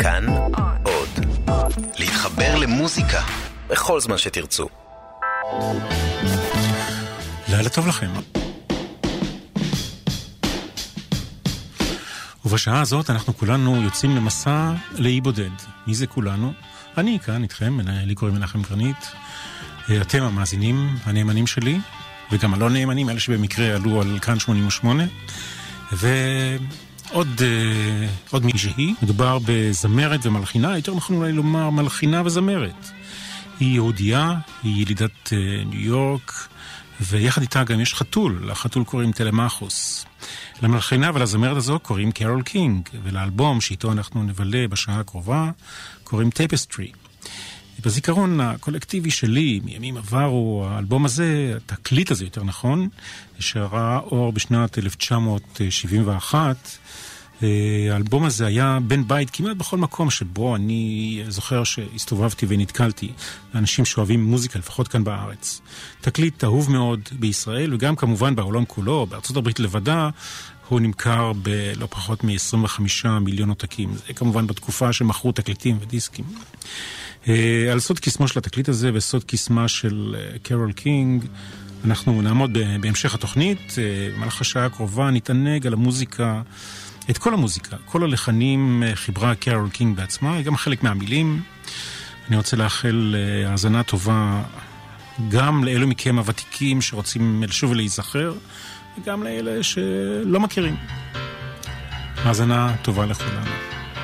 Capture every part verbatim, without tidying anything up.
כאן עוד. להתחבר למוזיקה בכל זמן שתרצו. לילה טוב לכם. ובשעה הזאת אנחנו כולנו יוצאים למסע לאי בודד. מי זה כולנו? אני כאן איתכם, לי קוראים מנחם גרנית. אתם המאזינים הנאמנים שלי, וגם הלא נאמנים, אלה שבמקרה עלו על כאן שמונים ושמונה. ועוד עוד מישהי, מדובר בזמרת ומלחינה, יותר נכון אולי לומר מלחינה וזמרת. היא יהודייה, היא ילידת ניו יורק, ויחד איתה גם יש חתול, לחתול קוראים טלמחוס. למלחינה ולזמרת הזו קוראים קרול קינג, ולאלבום שאיתו אנחנו נבלה בשעה הקרובה קוראים טייפסטרי. בזיכרון הקולקטיבי שלי, מימים עברו, האלבום הזה, התקליט הזה יותר נכון, שראה אור בשנת אלף תשע מאות שבעים ואחת, האלבום הזה היה בן בית כמעט בכל מקום שבו אני זוכר שהסתובבתי ונתקלתי לאנשים שאוהבים מוזיקה, לפחות כאן בארץ. תקליט אהוב מאוד בישראל, וגם כמובן בעולם כולו, בארצות הברית לבדה, הוא נמכר בלא פחות מ-עשרים וחמישה מיליון עותקים. זה כמובן בתקופה שמכרו תקליטים ודיסקים. על סוד קסמו של התקליט הזה וסוד קסמה של קרול קינג, אנחנו נעמוד בהמשך התוכנית. במהלך השעה הקרובה נתענג על המוזיקה, את כל המוזיקה, כל הלחנים חיברה קרול קינג בעצמה, גם חלק מהמילים. אני רוצה לאחל האזנה טובה גם לאלו מכם הוותיקים שרוצים לשוב ולהיזכר, וגם לאלה שלא מכירים. האזנה טובה לכולנו.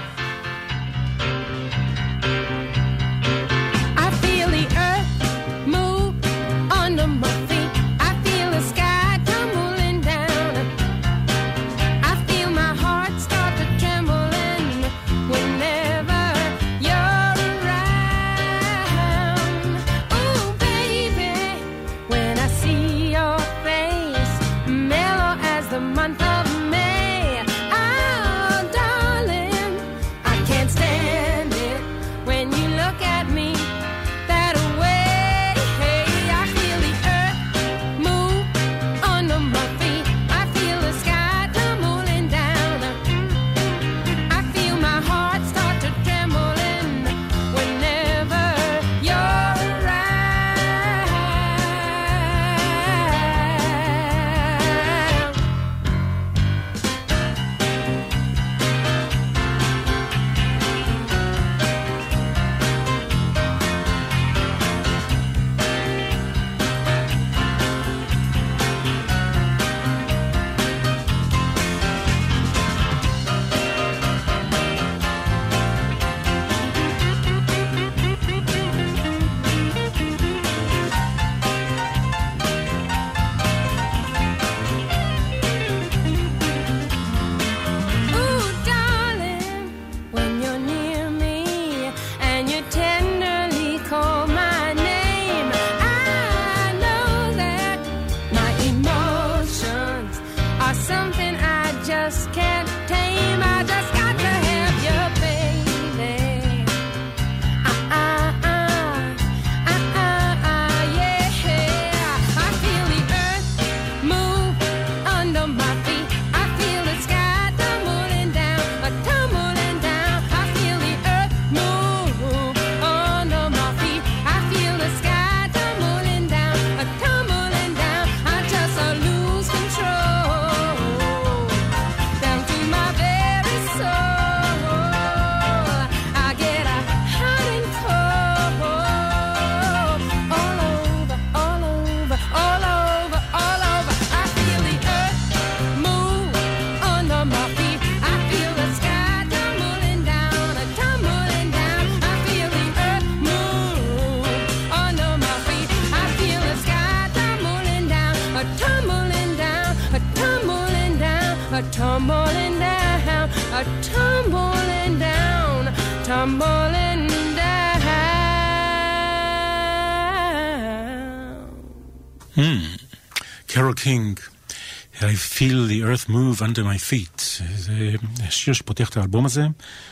קרול קינג, I feel the earth move under my feet. זה השיר שפותח את האלבום הזה.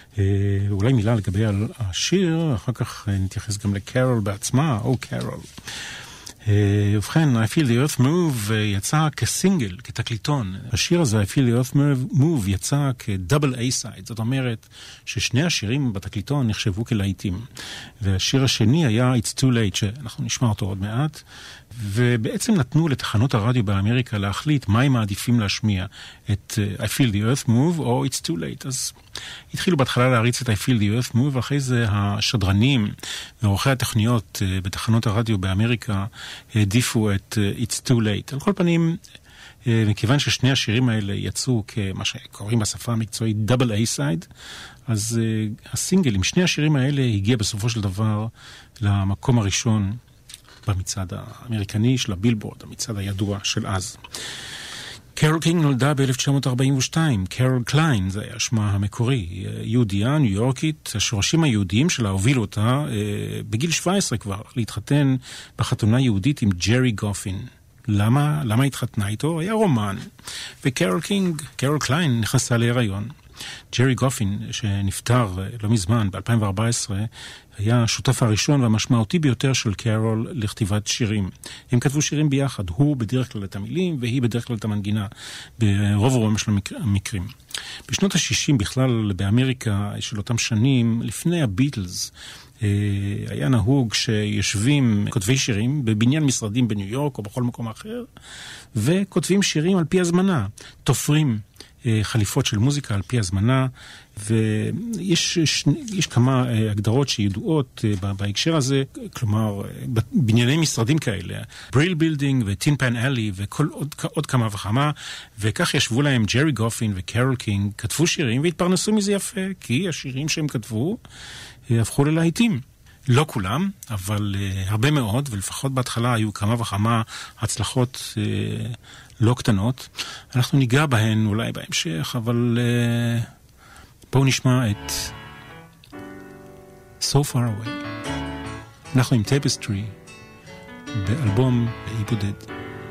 אולי מילה לגבי השיר, אחר כך נתייחס גם לקרול בעצמה, או קרול. ובכן, I Feel the Earth Move יצא כסינגל, כתקליטון. השיר הזה, I Feel the Earth Move, יצא כדאבל איי-סייד. זאת אומרת ששני השירים בתקליטון נחשבו כלהיטים. והשיר השני היה It's Too Late, שאנחנו נשמע אותו עוד מעט. ובעצם נתנו לתחנות הרדיו באמריקה להחליט מה הם מעדיפים להשמיע, את I Feel the Earth Move או It's Too Late. אז התחילו בהתחלה להריץ את I Feel the Earth Move, ואחרי זה השדרנים ועורכי התוכניות בתחנות הרדיו באמריקה העדיפו את It's Too Late. על כל פנים, מכיוון ששני השירים האלה יצאו כמה שקוראים בשפה המקצועית דאבל איי-סייד, אז הסינגל עם שני השירים האלה הגיע בסופו של דבר למקום הראשון במצעד האמריקני של הבילבורד, המצעד הידוע של אז. קרול קינג נולדה ב-אלף תשע מאות ארבעים ושתיים, קרול קליין, זה היה שמה המקורי, יהודייה, ניו יורקית, השורשים היהודיים שלה הובילו אותה בגיל שבע עשרה כבר, להתחתן בחתונה יהודית עם ג'רי גופין. למה? למה התחתנה איתו? היה רומן. וקרול קינג, קרול קליין, נכנסה להיריון. ג'רי גופין, שנפטר לא מזמן, ב-אלפיים וארבע עשרה, היה השותף הראשון והמשמעותי ביותר של קרול לכתיבת שירים. הם כתבו שירים ביחד, הוא בדרך כלל את המילים, והיא בדרך כלל את המנגינה, ברוב רובם של המקרים. בשנות ה-שישים בכלל באמריקה של אותם שנים, לפני הביטלס, היה נהוג שיושבים כותבי שירים בבניין משרדים בניו יורק או בכל מקום אחר, וכותבים שירים על פי הזמנה, תופרים חליפות של מוזיקה על פי הזמנה, ויש יש כמה הגדרות שידועות בהקשר הזה, כלומר, בנייני משרדים כאלה, בריל בילדינג וטין פן אלי וכל עוד, עוד כמה וכמה, וכך ישבו להם ג'רי גופין וקרול קינג, כתבו שירים והתפרנסו מזה יפה, כי השירים שהם כתבו הפכו ללהיטים. לא כולם, אבל uh, הרבה מאוד, ולפחות בהתחלה היו כמה וכמה הצלחות uh, לא קטנות. אנחנו ניגע בהן אולי בהמשך, אבל uh, בואו נשמע את So Far Away. אנחנו עם טייפסטרי באלבום אי בודד.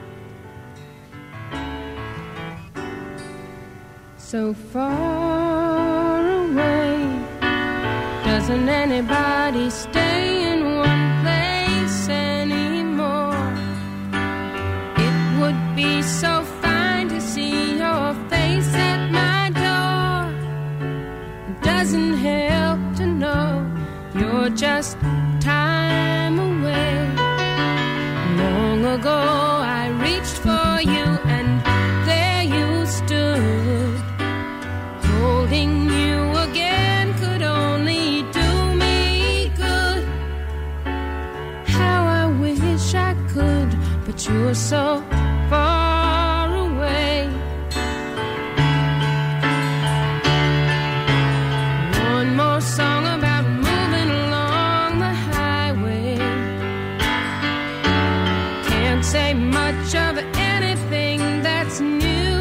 So far away, doesn't anybody stay in one place anymore? It would be so fine to see your face at my door. It doesn't help to know you're just time away. Long ago I reached for you and there you stood, holding you again could only do me good. How I wish I could, but you're so far away. One more song about moving along the highway. Can't say much of anything that's new.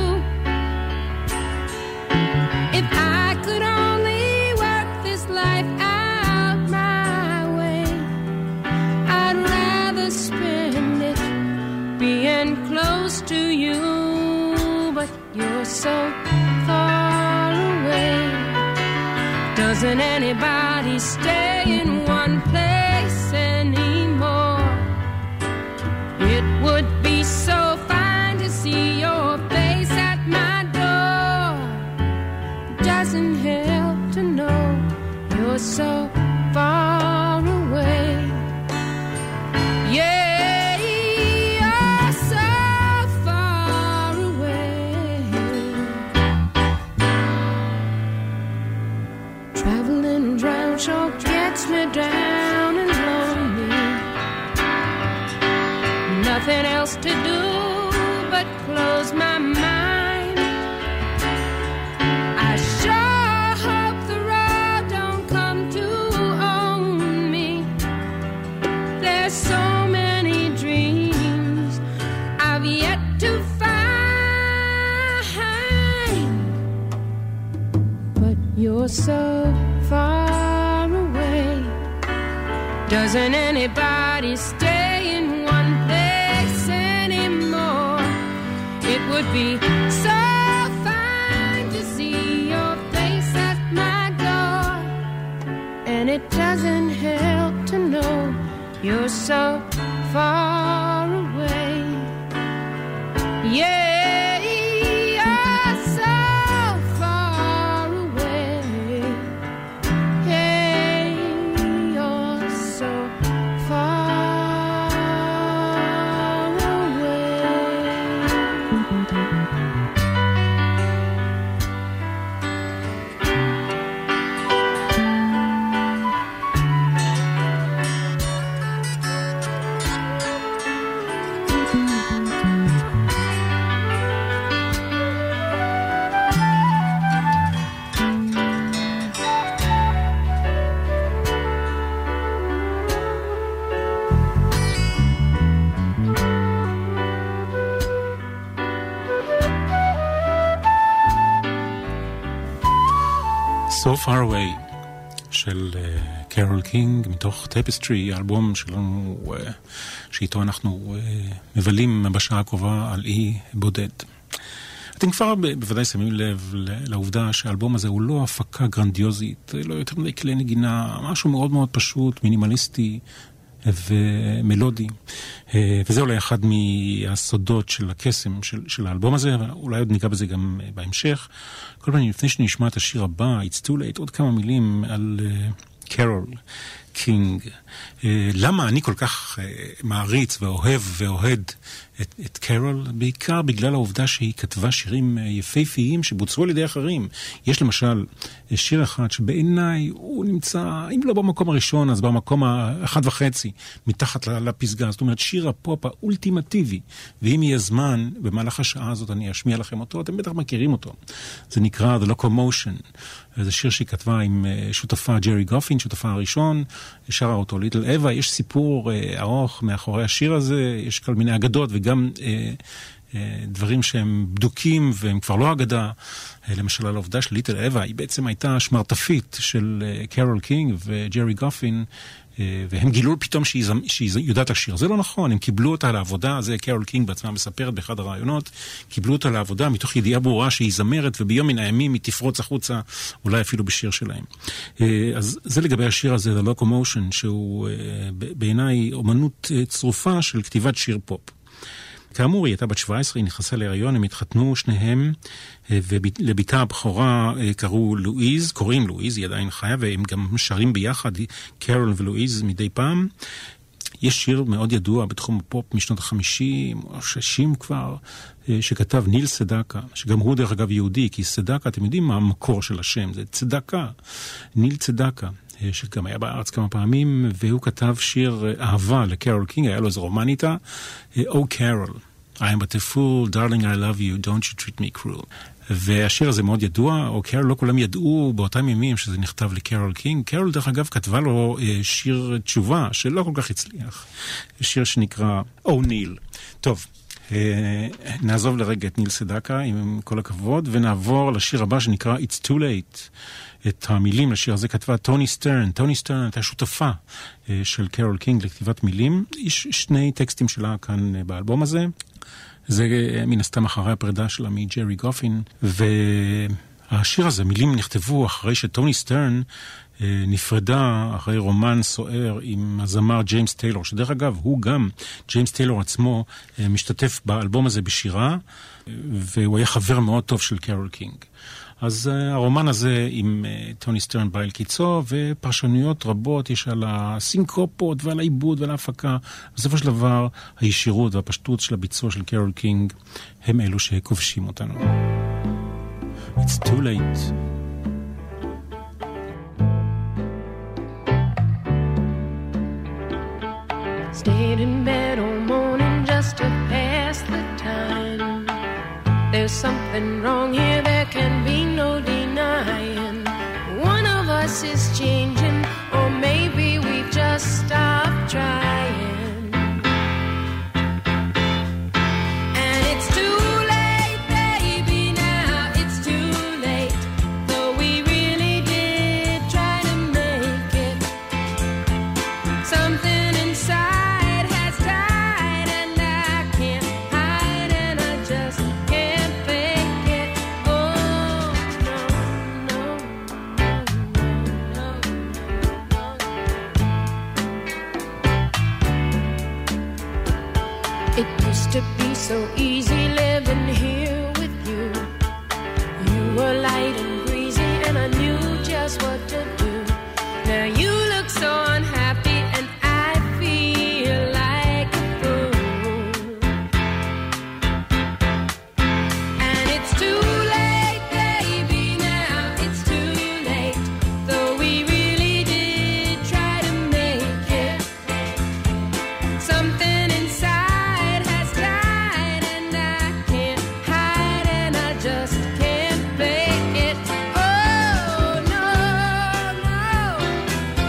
If I could only work this life out my way, I'd rather spend it being close to you, but you're so far away. Doesn't anybody stay in one place anymore? It would be so fine to see your face at my door. Doesn't help to know you're so far away. Yeah, you're so far away. Traveling around sure gets me down and lonely. Nothing else to do but close my mind. I sure hope the road don't come to own me. There's so many dreams I've yet to find, but you're so far away. Doesn't anybody stay in one place anymore? It would be so fine to see your face at my door, and it doesn't help to know you're so far So Far Away של קרול uh, קינג מתוך טפסטרי, האלבום שלנו uh, שאיתו אנחנו uh, מבלים בשעה הקרובה על אי בודד. אתם כבר בוודאי שמים לב לעובדה שהאלבום הזה הוא לא הפקה גרנדיוזית, לא יותר מדי כלי נגינה, משהו מאוד מאוד פשוט, מינימליסטי ומלודי. וזה אולי אחד מהסודות של הקסם של, של האלבום הזה, אולי עוד ניגע בזה גם בהמשך. כל פעם לפני שנשמע את השיר הבא, It's Too Late, עוד כמה מילים על קרול קינג. למה אני כל כך מעריץ ואוהב ואוהד את, את קרול? בעיקר בגלל העובדה שהיא כתבה שירים יפהפיים שבוצעו על ידי אחרים. יש למשל שיר אחד שבעיניי הוא נמצא, אם לא במקום הראשון, אז במקום האחד וחצי, מתחת לפסגה. זאת אומרת, שיר הפופ האולטימטיבי. ואם יהיה זמן, במהלך השעה הזאת אני אשמיע לכם אותו, אתם בטח מכירים אותו. זה נקרא The Locomotion. זה שיר שהיא כתבה עם שותפה ג'רי גופין, שותפה הראשון, שרה אותו ליטל אווה. יש סיפור אה, ארוך מאחורי השיר הזה, יש כל מיני אגדות וגם אה, אה, דברים שהם בדוקים והם כבר לא אגדה. אה, למשל על העובדה של ליטל אווה, היא בעצם הייתה שמרטפית של אה, קרול קינג וג'רי גופין, והם גילו פתאום שהיא, שהיא יודעת לשיר. זה לא נכון, הם קיבלו אותה לעבודה, זה קרול קינג בעצמה מספרת באחד הרעיונות, קיבלו אותה לעבודה מתוך ידיעה ברורה שהיא זמרת, וביום מן הימים היא תפרוץ החוצה, אולי אפילו בשיר שלהם. אז זה לגבי השיר הזה, The Locomotion, שהוא בעיניי אומנות צרופה של כתיבת שיר פופ. כאמור, היא הייתה בת שבע עשרה, היא נכנסה להיריון, הם התחתנו שניהם, ולביתה הבכורה קראו לואיז, קוראים לואיז, היא עדיין חיה, והם גם שרים ביחד, קרול ולואיז מדי פעם. יש שיר מאוד ידוע בתחום הפופ משנות החמישים או השישים כבר, שכתב ניל סדקה, שגם הוא דרך אגב יהודי, כי סדקה, אתם יודעים מה המקור של השם, זה צדקה, ניל צדקה. שגם היה בארץ כמה פעמים, והוא כתב שיר אהבה לקרול קינג, היה לו איזה רומן איתה, Oh Carol, I am but a fool, darling I love you, don't you treat me cruel. והשיר הזה מאוד ידוע, או קרול, לא כולם ידעו באותם ימים שזה נכתב לקרול קינג. קרול דרך אגב כתבה לו שיר תשובה שלא כל כך הצליח, שיר שנקרא Oh Neil. טוב, נעזוב לרגע את ניל סדקה עם כל הכבוד, ונעבור לשיר הבא שנקרא It's Too Late. את המילים לשיר הזה כתבה טוני סטרן. טוני סטרן הייתה שותפה של קרול קינג לכתיבת מילים. יש שני טקסטים שלה כאן באלבום הזה. זה מן הסתם אחרי הפרידה שלה מג'רי גופין. והשיר הזה, מילים נכתבו אחרי שטוני סטרן נפרדה אחרי רומן סוער עם הזמר ג'יימס טיילור, שדרך אגב הוא גם, ג'יימס טיילור עצמו, משתתף באלבום הזה בשירה, והוא היה חבר מאוד טוב של קרול קינג. אז הרומן הזה עם טוני סטרן בא אל קיצו, ופרשנויות רבות יש על הסינקופות ועל העיבוד ועל ההפקה. בסופו של דבר, הישירות והפשטות של הביצוע של קרול קינג הם אלו שכובשים אותנו. It's too late. Stayed in bed all morning just to pass the time. There's something wrong here, there can be no denying. One of us is changing, or maybe we've just stopped trying. And it's too late, baby, now it's too late. Though we really did try to make it. Something inside has died, and I can't hide, and I just can't fake it. Oh, no, no, no, no, no, no. It used to be so easy living here with you. You were light and breezy, and I knew just what to do. Now you look so unhappy, and I feel like a fool. And it's too late, baby, now it's too late. Though we really did try to make it. Something inside has died, and I can't hide, and I just can't fake it. Oh, no, no.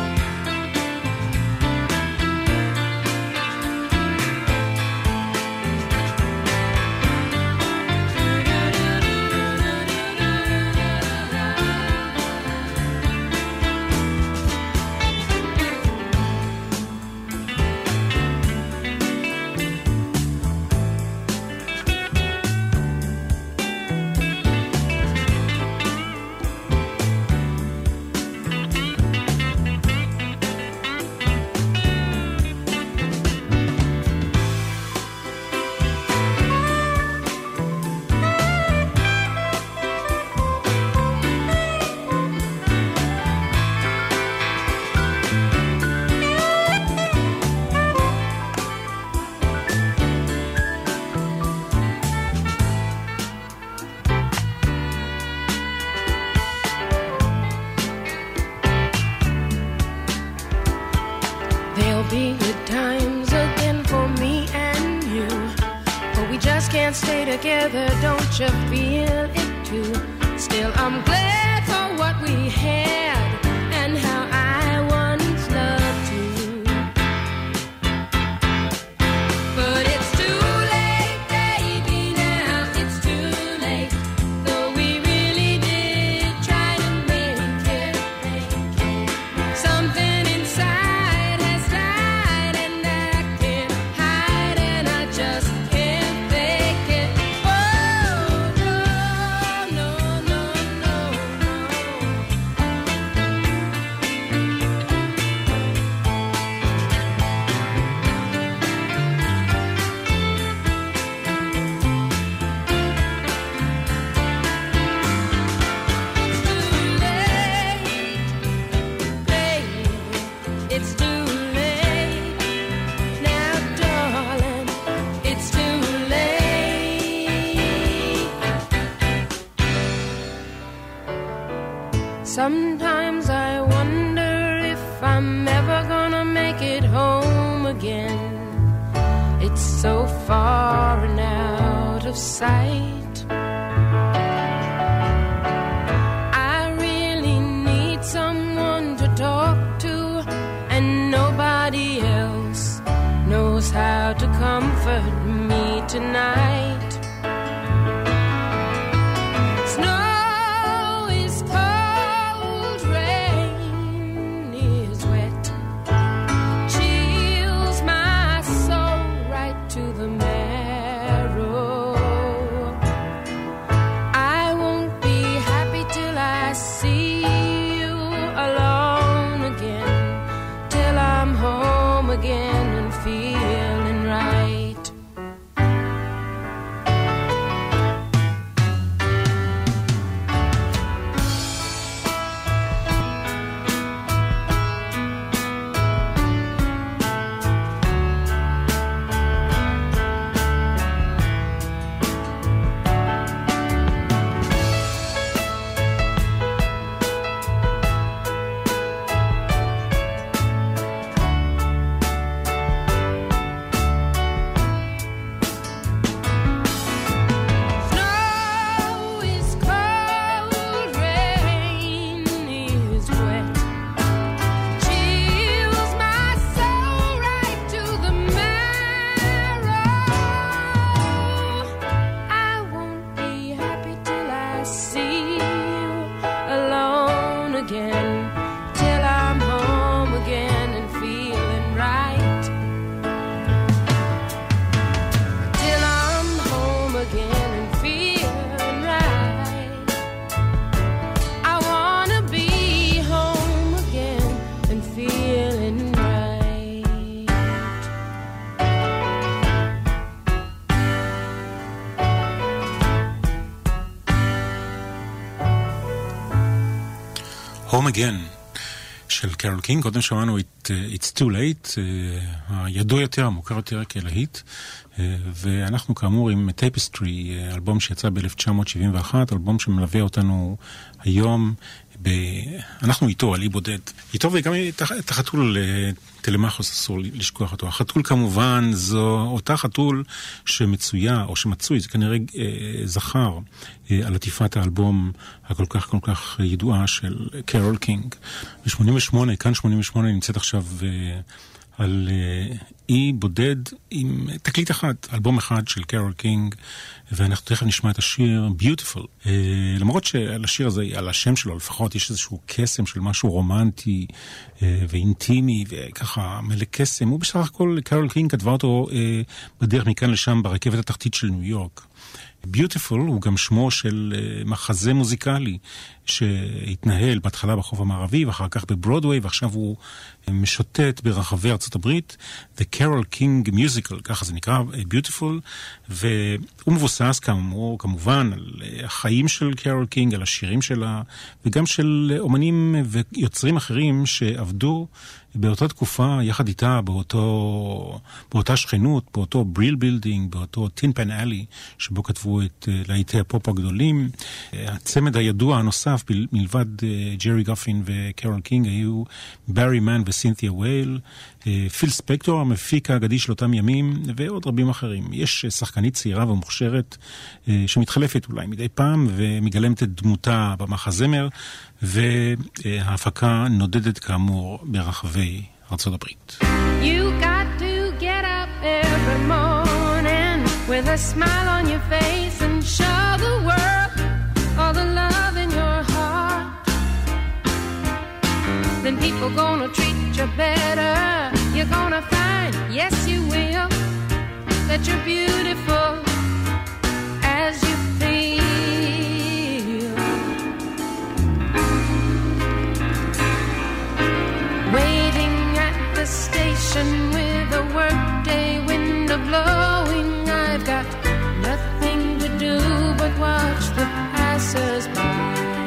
together, don't you feel it too? Still, I'm glad for what we had and how I once loved you. But it's too late, baby, now it's too late. Though we really did try to make it, make it. Something inside has died and I can't hide and I just can't fake it. Oh, no, no, no, no, it's too late, now darling, it's too late. Sometimes I wonder if I'm ever gonna make it home again. It's so far and out of sight. I really need someone to talk to, and nobody else knows how to comfort me tonight. Snow is cold, rain is wet, chills my soul right to the marrow. I won't be happy till I see you alone again, till I'm home again and feeling right. Snow is cold, rain is wet, chills my soul right to the marrow. I won't be happy till I see you alone again, till I'm home again and feeling right. Till I'm home again and feeling right. I wanna be home again and feeling right. Home Again של קרול קינג. קודם שמענו את uh, It's Too Late, uh, הידוע יותר, המוכר יותר כלהיט, uh, ואנחנו כאמור עם טייפסטרי, uh, אלבום שיצא ב-אלף תשע מאות שבעים ואחת, אלבום שמלווה אותנו היום, ב... אנחנו איתו, על אי בודד. איתו וגם את החתול טלמחוס, אסור לשכוח אותו. החתול כמובן זו אותה חתול שמצויה, או שמצוי, זה כנראה אה, זכר, אה, על עטיפת האלבום הכל כך כל כך ידועה של קרול קינג. ב-שמונים ושמונה, כאן שמונים ושמונה נמצאת עכשיו אה, על אה, אי בודד עם תקליט אחד, אלבום אחד של קרול קינג, ואנחנו תכף נשמע את השיר Beautiful. אה, למרות שעל השיר הזה, על השם שלו לפחות, יש איזשהו קסם של משהו רומנטי אה, ואינטימי, וככה מלא קסם. הוא בסך הכל, קרול קינג כתבה אותו אה, בדרך מכאן לשם ברכבת התחתית של ניו יורק. Beautiful הוא גם שמו של uh, מחזה מוזיקלי שהתנהל בהתחלה בחוף המערבי ואחר כך בברודווי, ועכשיו הוא uh, משוטט ברחבי ארצות הברית. The Carole King Musical, ככה זה נקרא, Beautiful, והוא מבוסס כאמור כמובן על uh, החיים של קרול קינג, על השירים שלה, וגם של אומנים ויוצרים אחרים שעבדו באותה תקופה יחד איתה, באותו, באותה שכנות, באותו בריל בילדינג, באותו טין פן אלי, שבו כתבו את להיטי הפופ הגדולים. הצמד הידוע הנוסף נוסף, מלבד ג'רי גופין וקרול קינג, היו ברי מן וסינתיה וייל, פיל ספקטור, המפיק האגדי של אותם ימים, ועוד רבים אחרים. יש שחקנית צעירה ומוכשרת שמתחלפת אולי מדי פעם, ומגלמת את דמותה במחזמר, וההפקה נודדת כאמור ברחבי ארצות הברית. You got to get up every morning with a smile on your face and show the world all the love in your heart. Then people gonna treat you better. You're gonna find, yes you will, that you're beautiful as you feel. Waiting at the station with a workday window blowing, I've got nothing to do but watch the passers-by.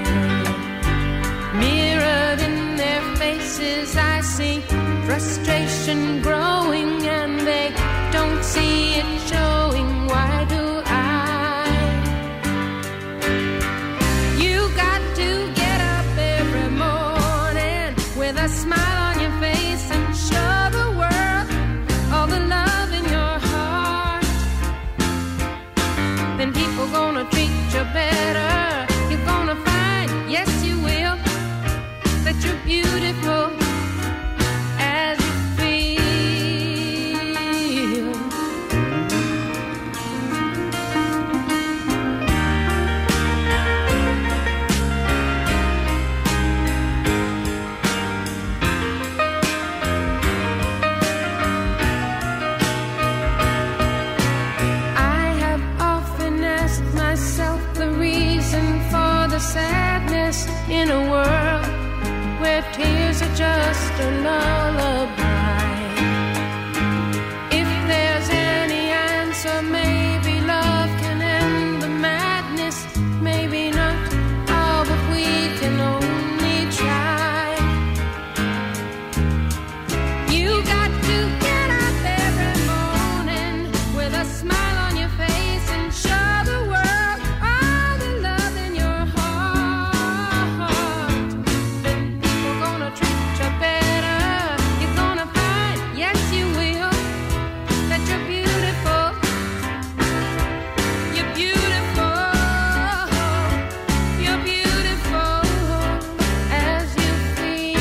Mirrored in their faces I see frustration growing, and they don't see it showing. Why do I? You got to get up every morning with a smile on your face and show the world all the love in your heart. Then people gonna treat you better. You're gonna find, yes you will, that you're beautiful as you feel. I have often asked myself the reason for the sadness in a world where tears are just a lullaby. If there's any answer, maybe love can end the madness, maybe not. Oh, but we can only try. You got to get up every morning with a smile on your face and show the world all the love in your heart. Then people gonna treat you better. You're gonna find, yes you will, that you're beautiful. You're beautiful. You're beautiful as you feel.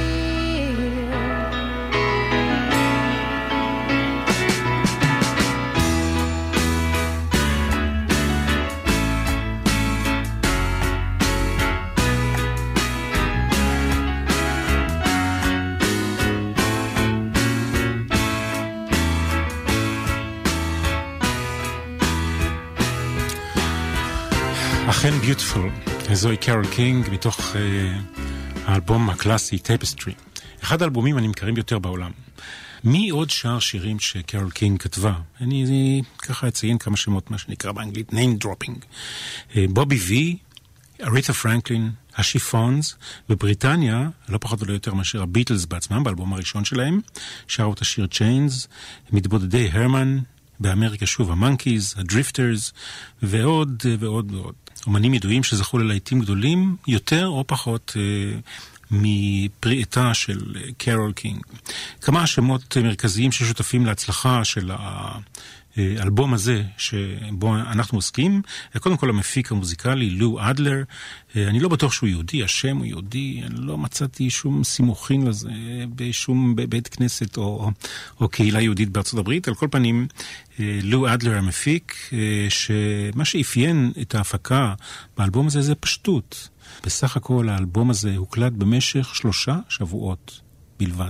אכן ביוטיפול, זוהי קרול קינג מתוך uh, האלבום הקלאסי טייפסטרי, אחד האלבומים הנמכרים ביותר בעולם. מי עוד שר שירים שקרול קינג כתבה? אני, אני ככה אציין כמה שמות, מה שנקרא באנגלית name dropping. בובי וי, אריתה פרנקלין, השיפונס, בבריטניה, לא פחות ולא יותר מאשר הביטלס בעצמם, באלבום הראשון שלהם, שרו את השיר צ'יינס, מתבודדי הרמן, באמריקה שוב המונקיז, הדריפטרס, ועוד ועוד ועוד. אומנים ידועים שזכו ללהיטים גדולים, יותר או פחות אה, מפריעתה של קרול קינג. כמה שמות מרכזיים ששותפים להצלחה של האלבום הזה שבו אנחנו עוסקים. קודם כל המפיק המוזיקלי, לו אדלר. אני לא בטוח שהוא יהודי, השם הוא יהודי, אני לא מצאתי שום סימוכין לזה בשום בית כנסת או, או קהילה יהודית בארצות הברית. על כל פנים, לו אדלר המפיק, שמה שאפיין את ההפקה באלבום הזה זה פשטות. בסך הכל האלבום הזה הוקלט במשך שלושה שבועות בלבד.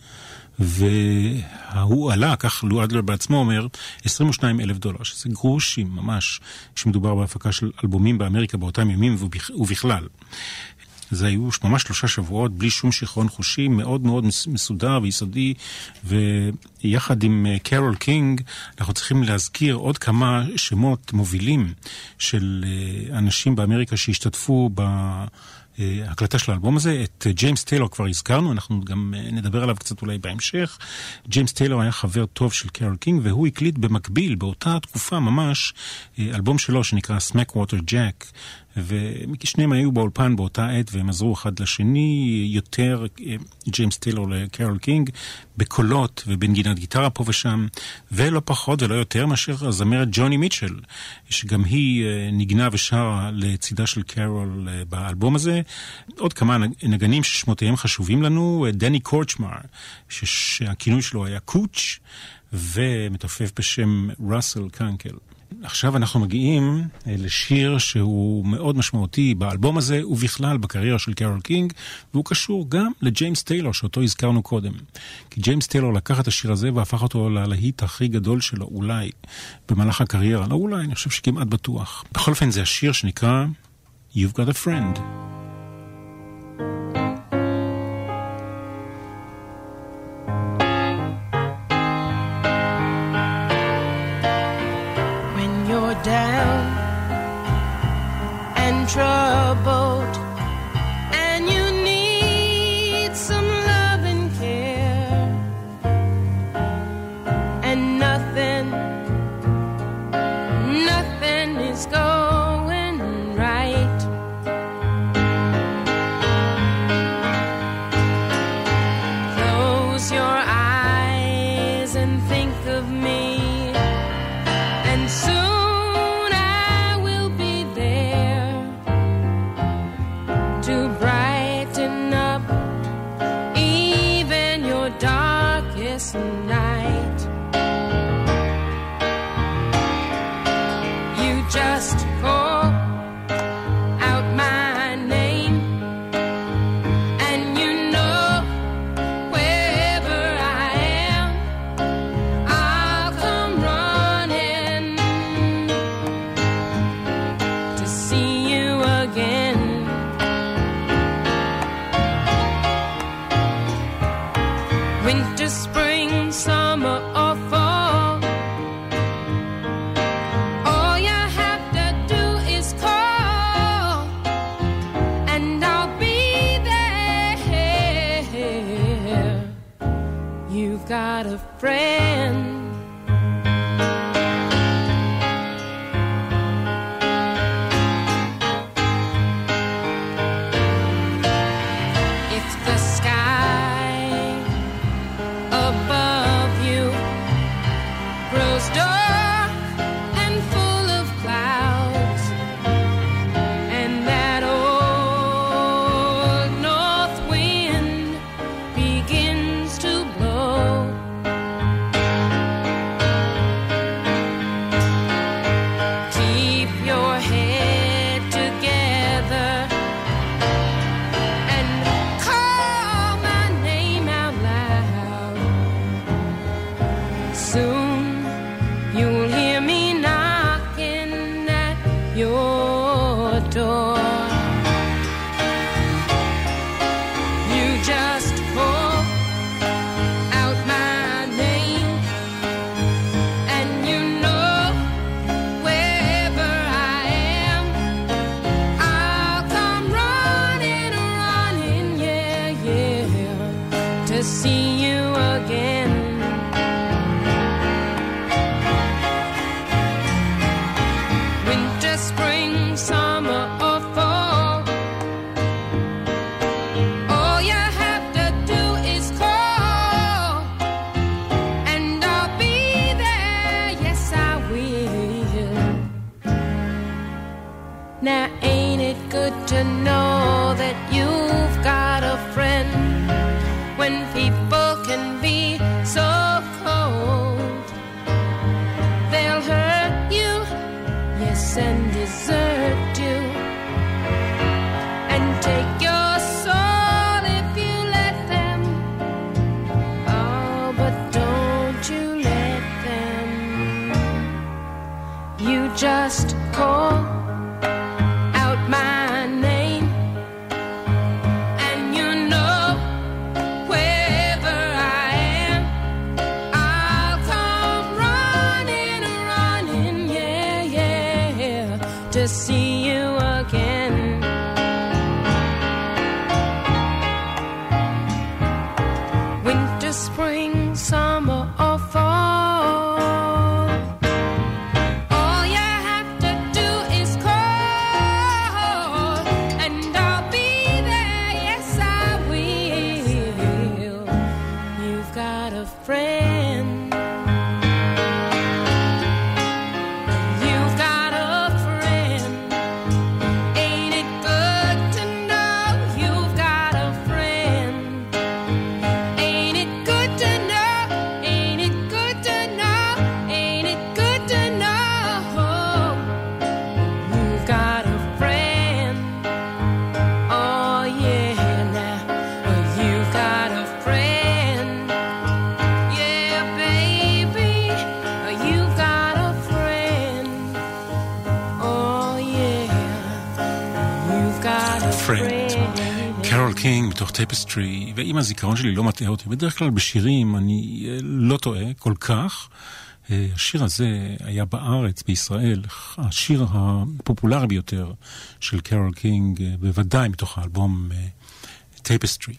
והוא עלה, כך לו אדלר בעצמו אומר, עשרים ושניים אלף דולר, שזה גרושים ממש, כשמדובר בהפקה של אלבומים באמריקה באותם ימים ובכלל. זה היו ממש שלושה שבועות, בלי שום שכרון חושי, מאוד מאוד מסודר ויסודי, ויחד עם קרול קינג, אנחנו צריכים להזכיר עוד כמה שמות מובילים של אנשים באמריקה שהשתתפו בהקלטה של האלבום הזה. את ג'יימס טיילור כבר הזכרנו, אנחנו גם נדבר עליו קצת אולי בהמשך. ג'יימס טיילור היה חבר טוב של קרול קינג, והוא הקליט במקביל, באותה תקופה ממש, אלבום שלו שנקרא Smackwater Jack, ושניהם היו באולפן באותה עת, והם עזרו אחד לשני, יותר ג'יימס טיילור לקרול קינג, בקולות ובנגינת גיטרה פה ושם, ולא פחות ולא יותר מאשר הזמרת ג'וני מיטשל, שגם היא נגנה ושרה לצידה של קרול באלבום הזה. עוד כמה נגנים ששמותיהם חשובים לנו, דני קורצ'מר, שהכינוי שלו היה קוץ', ומתופף בשם ראסל קנקל. עכשיו אנחנו מגיעים לשיר שהוא מאוד משמעותי באלבום הזה ובכלל בקריירה של קרול קינג, והוא קשור גם לג'יימס טיילור שאותו הזכרנו קודם. כי ג'יימס טיילור לקח את השיר הזה והפך אותו ללהיט הכי גדול שלו אולי במהלך הקריירה. לא אולי, אני חושב שכמעט בטוח. בכל אופן זה השיר שנקרא You've Got a Friend. Down and troubled, and you need some love and care, and nothing, nothing is going right. Close your eyes and think of me, and soon night. You just call out my name, and you know wherever I am, I'll come running to see you again. Winter, spring, summer or fall, all you have to do is call, and I'll be there. You've got a friend. If the sky above you grows dark and full of clouds, and that old north wind begins to blow, keep your head together and call my name out loud. Soon you'll hear me knocking at your door. You just call out my name, and you know wherever I am, I'll come running, running, yeah, yeah, to see you again. Winter, spring, summer or fall, all you have to do is call, and I'll be there, yes I will. Now ain't it good to know that you've got a friend, when people can קינג מתוך טייפסטרי, ואם הזיכרון שלי לא מטעה אותי, בדרך כלל בשירים אני לא טועה כל כך. השיר הזה היה בארץ, בישראל, השיר הפופולרי ביותר של קרול קינג, בוודאי מתוך האלבום טייפסטרי.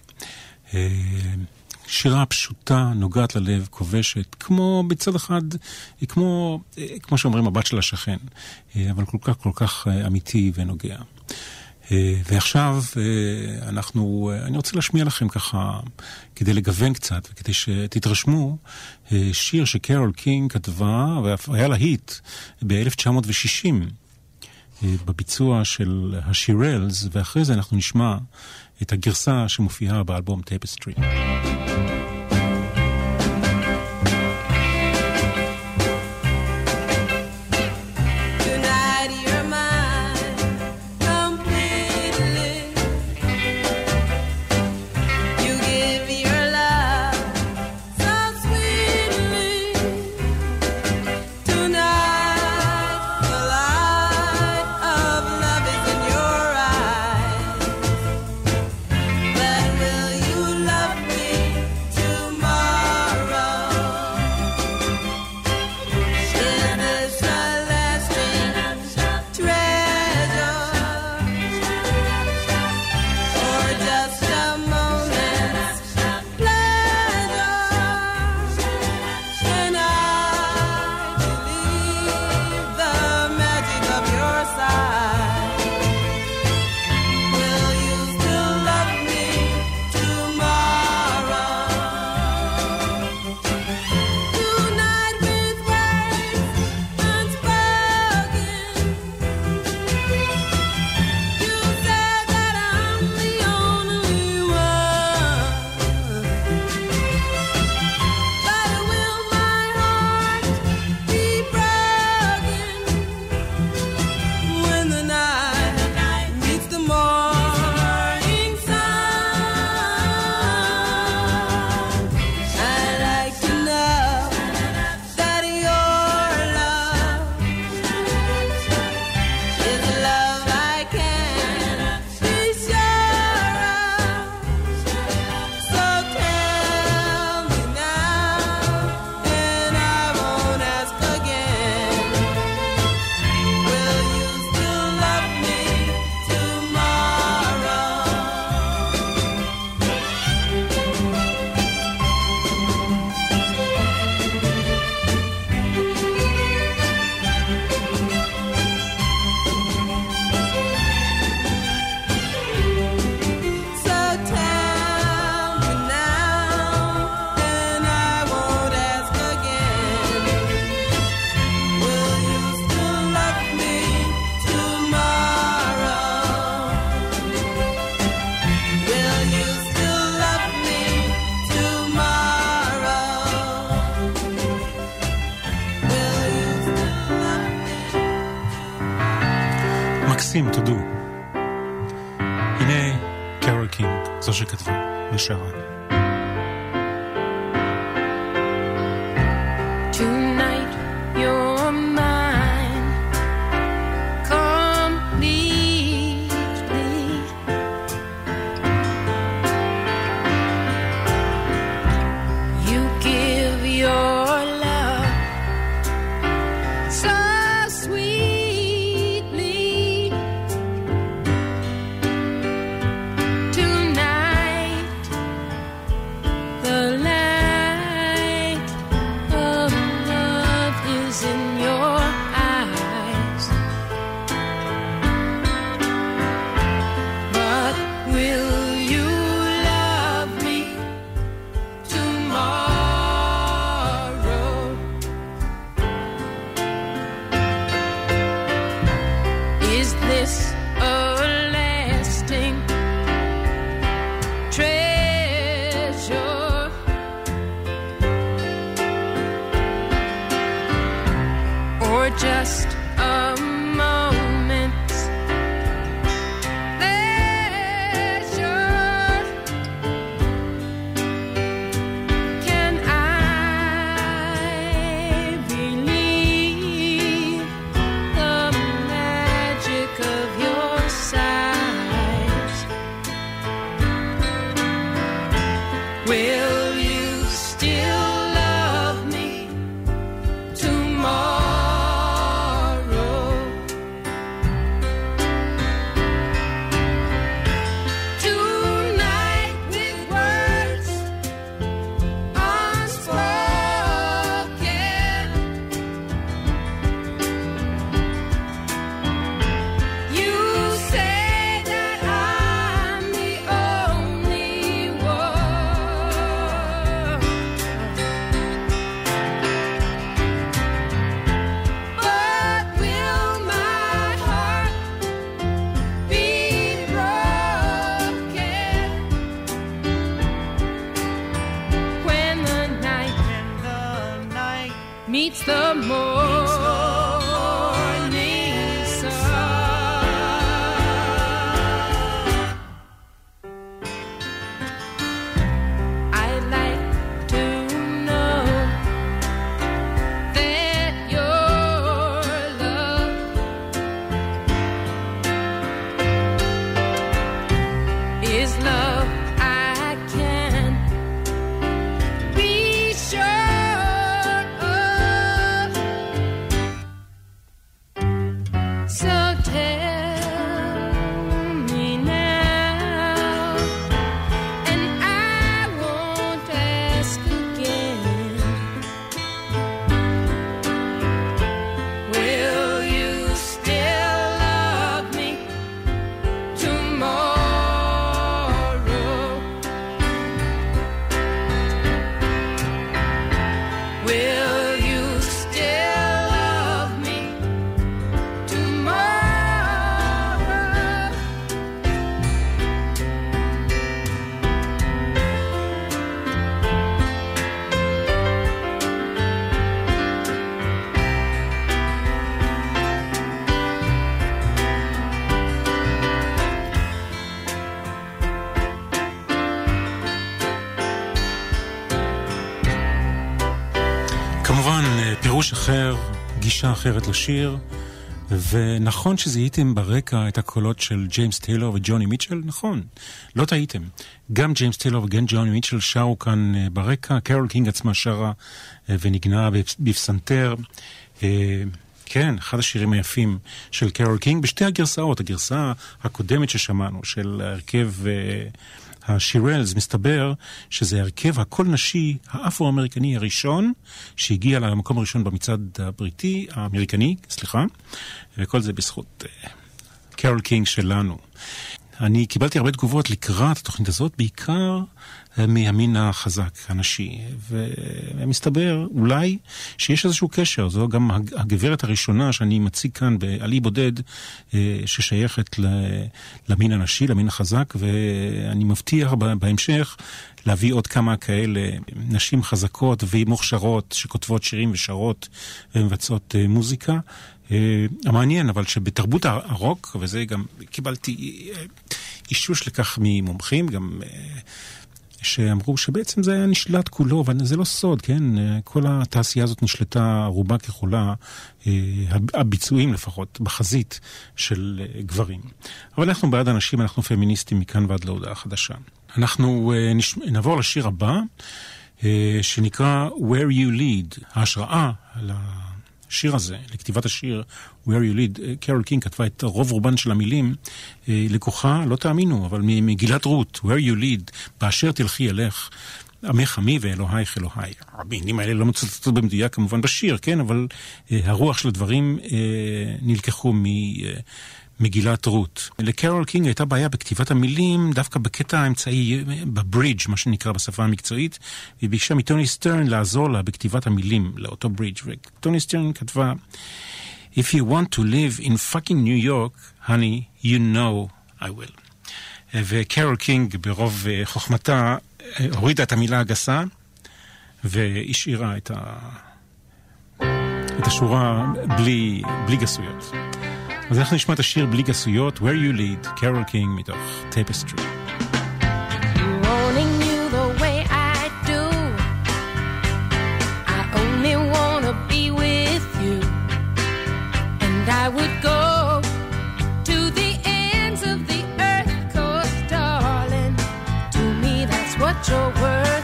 שירה פשוטה, נוגעת ללב, כובשת, כמו בצד אחד, כמו, כמו שאומרים, הבת של השכן, אבל כל כך, כל כך אמיתי ונוגע. ועכשיו אנחנו, אני רוצה להשמיע לכם ככה, כדי לגוון קצת, וכדי שתתרשמו, שיר שקרול קינג כתבה, והיה לה היט ב-אלף תשע מאות ושישים, בביצוע של השירלס, ואחרי זה אנחנו נשמע את הגרסה שמופיעה באלבום טייפסטרי. מקסים, תודו. הנה קרול קינג, זו שכתבה ושרה. Tonight you're mine completely. You give your love so sweetly. Tonight the light of love is in your eyes. But will you love me tomorrow? Is this a lasting treasure? Or just a moment's pleasure? Can I believe the magic of your sighs? Will you still love me tomorrow? Tonight with words unspoken, you say that I'm the only one. But will my heart be broken when the night meets the morning sun? I'd like to know that your love is love I can be sure of. So tell me now, and I won't ask again. Will you still love me tomorrow? Will you still love me tomorrow? כמובן, פירוש אחר, גישה אחרת לשיר, ונכון שזיהיתם ברקע את הקולות של ג'יימס טיילור וג'וני מיטשל, נכון, לא טעיתם. גם ג'יימס טיילור וגם ג'וני מיטשל שרו כאן אה, ברקע, קרול קינג עצמה שרה אה, ונגנה בפ- בפסנתר. אה, כן, אחד השירים היפים של קרול קינג, בשתי הגרסאות, הגרסה הקודמת ששמענו, של הרכב אה, השירלס, מסתבר שזה הרכב הקול נשי האפרו-אמריקני הראשון, שהגיע למקום הראשון במצעד הבריטי, האמריקני, סליחה, וכל זה בזכות אה, קרול קינג שלנו. אני קיבלתי הרבה תגובות לקראת התוכנית הזאת, בעיקר אה, מהמין החזק, הנשי, ומסתבר אולי שיש איזשהו קשר. זו גם הג- הגברת הראשונה שאני מציג כאן בעלי בודד, אה, ששייכת ל- למין הנשי, למין החזק, ואני מבטיח ב- בהמשך להביא עוד כמה כאלה נשים חזקות ומוכשרות שכותבות שירים ושרות ומבצעות אה, מוזיקה. Uh, המעניין, אבל שבתרבות הרוק, וזה גם קיבלתי uh, אישוש לכך ממומחים, גם uh, שאמרו שבעצם זה היה נשלט כולו, אבל זה לא סוד, כן? Uh, כל התעשייה הזאת נשלטה רובה ככולה, uh, הביצועים לפחות, בחזית של uh, גברים. אבל אנחנו בעד אנשים, אנחנו פמיניסטים מכאן ועד להודעה חדשה. אנחנו uh, נש... נעבור לשיר הבא, uh, שנקרא Where You Lead, ההשראה על ה... השיר הזה, לכתיבת השיר Where You Lead, קרול קינג כתבה את רוב רובן של המילים, לקוחה, לא תאמינו, אבל ממגילת רות, Where You Lead, באשר תלכי אלך, עמך עמי ואלוהיך אלוהי. המילים האלה לא מצוטטות במדויק כמובן בשיר, כן, אבל הרוח של הדברים נלקחו מ... מגילת רות. לקרול קינג הייתה בעיה בכתיבת המילים, דווקא בקטע האמצעי, בברידג', מה שנקרא בשפה המקצועית, והיא ביקשה מטוני סטרן לעזור לה בכתיבת המילים לאותו ברידג'. וטוני סטרן כתבה, If you want to live in fucking New York, honey, you know I will. וקרול קינג ברוב חוכמתה הורידה את המילה הגסה, והשאירה את, ה... את השורה בלי, בלי גסויות. אז אנחנו נשמע את השיר בלי גסויות, Where You Lead, קרול קינג מתוך Tapestry. Wanting you the way I do, I only wanna be with you, and I would go to the ends of the earth, 'cause darling, to me that's what you're worth.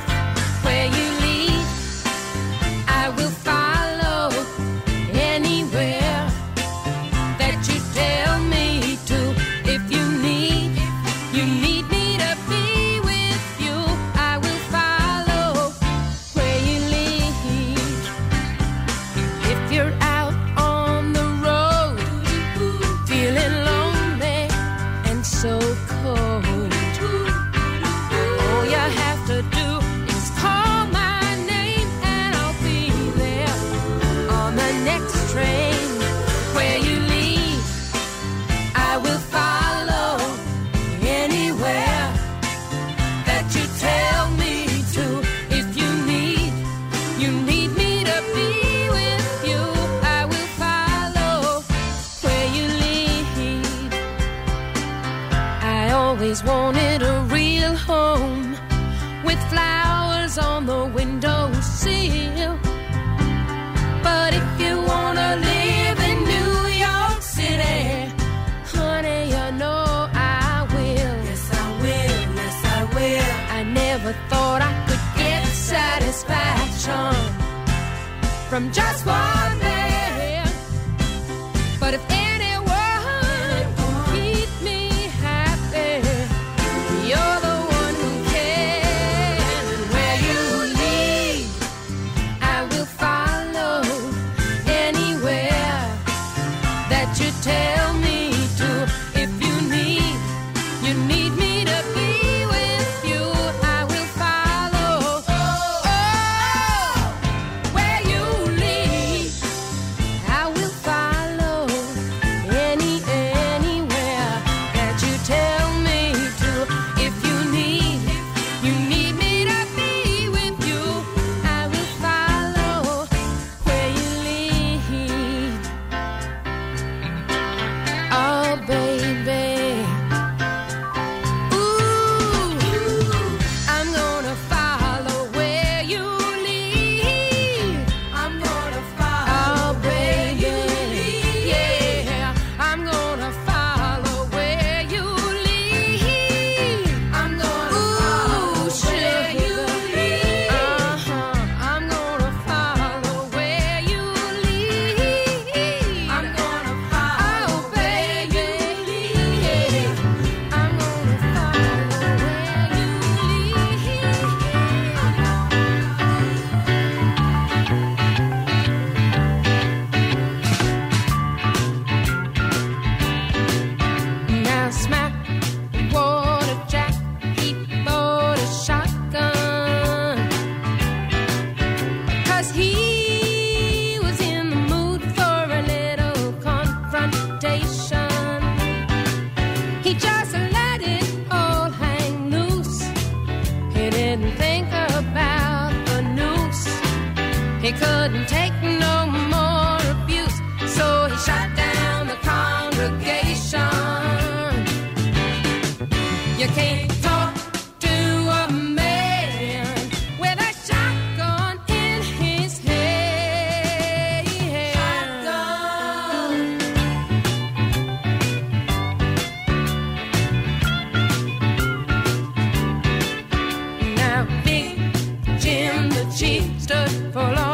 never thought I could get satisfaction from just one man. But if anyone can keep me happy, you're the one who can. And where you lead, I will follow. Anywhere that you tell me to. If you need, you need me to be with you, I will follow. Oh, where you lead, I will follow. Any, anywhere that you tell me to. If you need, you need me to be with you, I will follow. Where you lead. Oh, baby. He couldn't take no more abuse, so he shot down the congregation. You can't talk to a man with a shotgun in his head. Shotgun. Now Big Jim the Chief stood for law.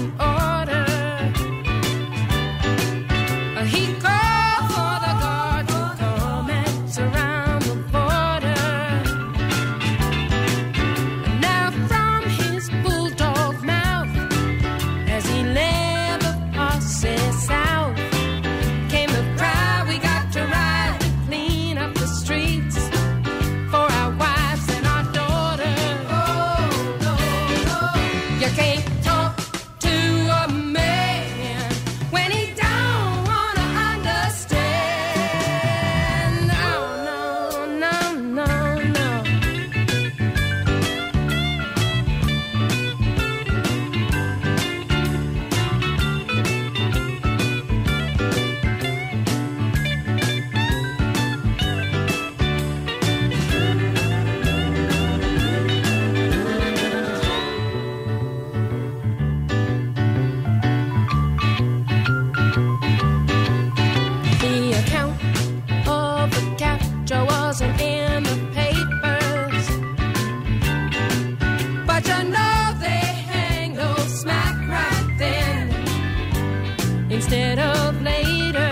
Instead of later,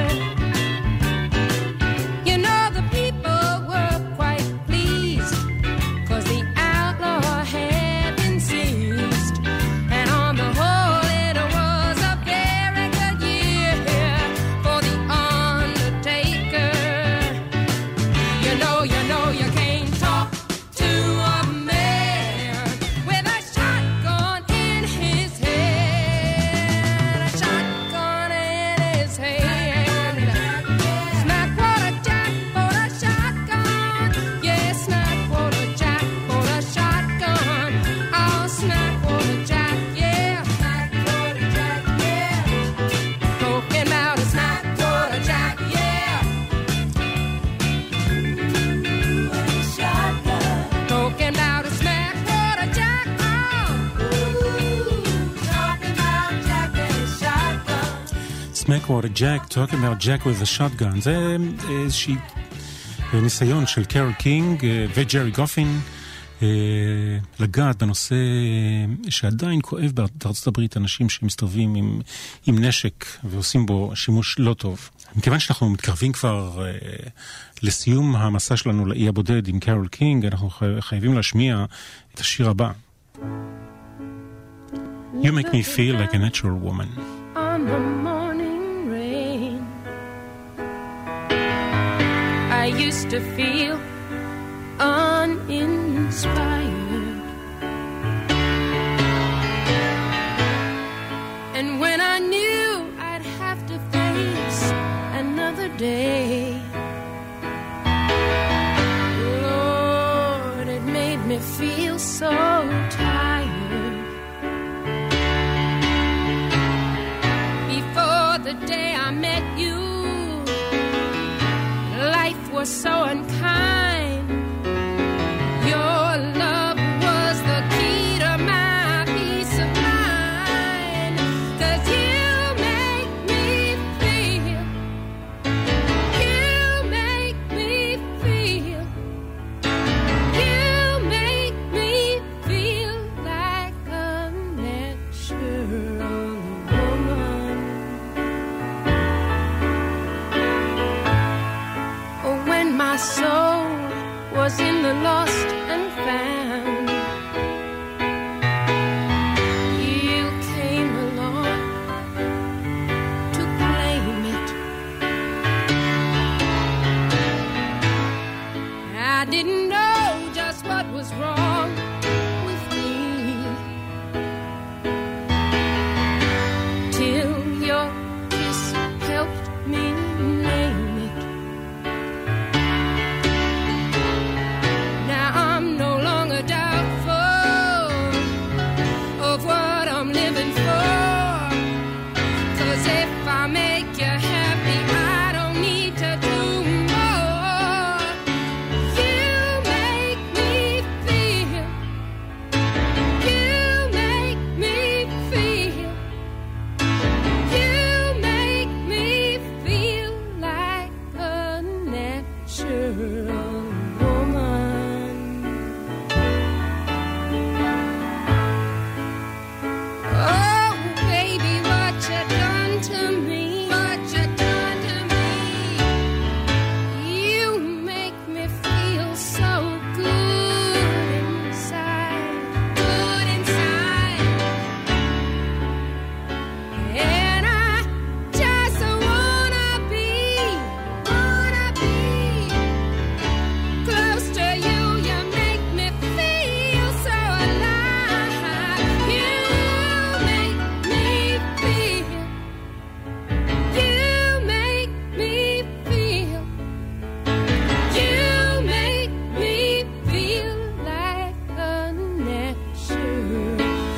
you know the people were quite pleased, 'cause the outlaw had been seized, and on the whole it was a very good year for the undertaker. You know, you know you can't talk to a man with a shotgun in his head, a shotgun in his hand. Smack what a jack for a shotgun. Yeah, smack what a jack for a shotgun. Oh, smack what a jack, yeah. Smack what a jack, yeah. Talking about a smack what a jack, yeah. Shotgun. Talking about a smack what a jack, oh. Talking about Jack and his shotgun. Smack What a Jack, Talking about Jack with a Shotgun. זה איזושהי ניסיון של קרול קינג וג'רי גופין לגעת בנושא שעדיין כואב בארצות הברית, אנשים שמסתובבים עם, עם נשק ועושים בו שימוש לא טוב. מכיוון שאנחנו מתקרבים כבר לסיום המסע שלנו לאי הבודד עם קרול קינג, אנחנו חייבים להשמיע את השיר הבא. You make me feel like a natural woman. On the morning rain, I used to feel uninspired, and when I knew I'd have to face another day, Lord, it made me feel so tired. Before the day I met you, life was so unkind. Your love was the key to my peace of mind. 'Cause you make me feel, you make me feel, you make me feel like a natural woman. Oh, when my soul was in the lost and found, you came along to claim it. I didn't know just what was wrong with me till your kiss helped me name it. Now I'm no longer doubtful of what I'm living for. 'Cause if I make you happy, I don't need to do more. You make me feel, you make me feel, you make me feel like a natural woman. Oh, baby, what you done to me? What you done to me? You make me feel so good inside, good inside. And I just wanna be, wanna be close to you. You make me feel so alive. You make me feel, you make me feel, you make me feel like a natural,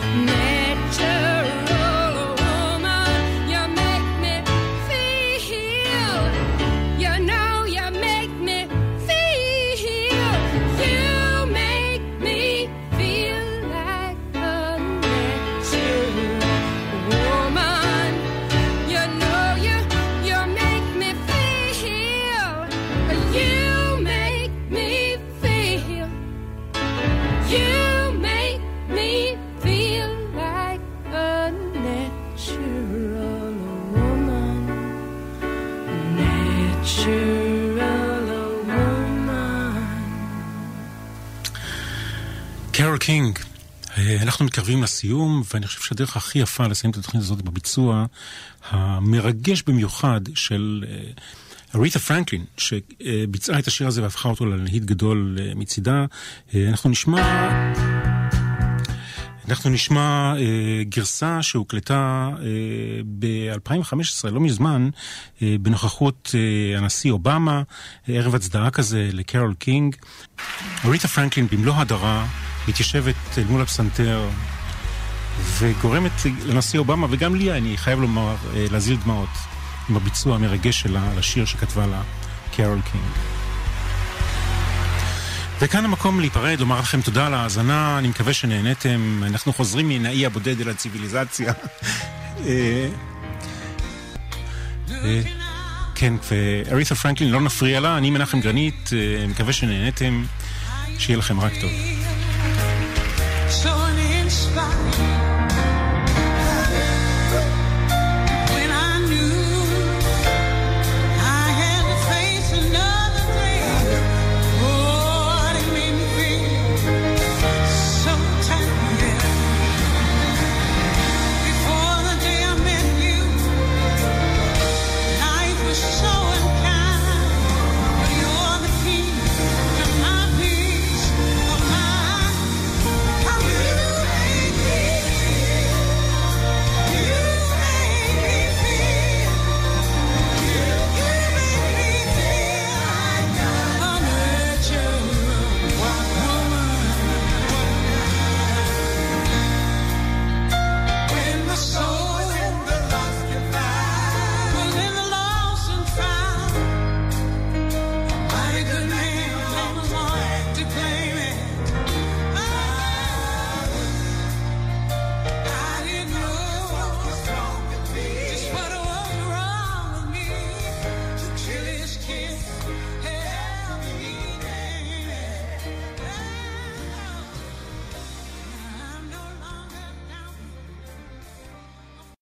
natural woman. You make me feel, you know you make me feel, you make me feel like a natural woman. You know you, you make me feel, you make me feel, you make me feel like a natural woman, natural woman. קרול קינג. אנחנו מתקרבים לסיום, ואני חושב שהדרך הכי יפה לסיים את התוכנית הזאת בביצוע המרגש במיוחד של אריתה פרנקלין, שביצעה את השיר הזה והפכה אותו ללהיט גדול מצידה. אנחנו נשמע אנחנו נשמע אה, גרסה שהוקלטה אה, ב-אלפיים וחמש עשרה, לא מזמן, אה, בנוכחות אה, הנשיא אובמה, אה, ערב הצדעה כזה לקרול קינג. אריתה פרנקלין במלוא הדרה מתיישבת אל מול הפסנתר וגורמת לנשיא אובמה, וגם לי, אני חייב לומר, אה, להזיל דמעות עם הביצוע המרגש שלה לשיר שכתבה לה קרול קינג. וכאן המקום להיפרד, לומר לכם תודה על ההאזנה, אני מקווה שנהנתם, אנחנו חוזרים מן האי הבודד אל הציביליזציה. כן, ואריתה פרנקלין לא נפריע לה, אני מנחם גרנית, מקווה שנהנתם, שיהיה לכם רק טוב.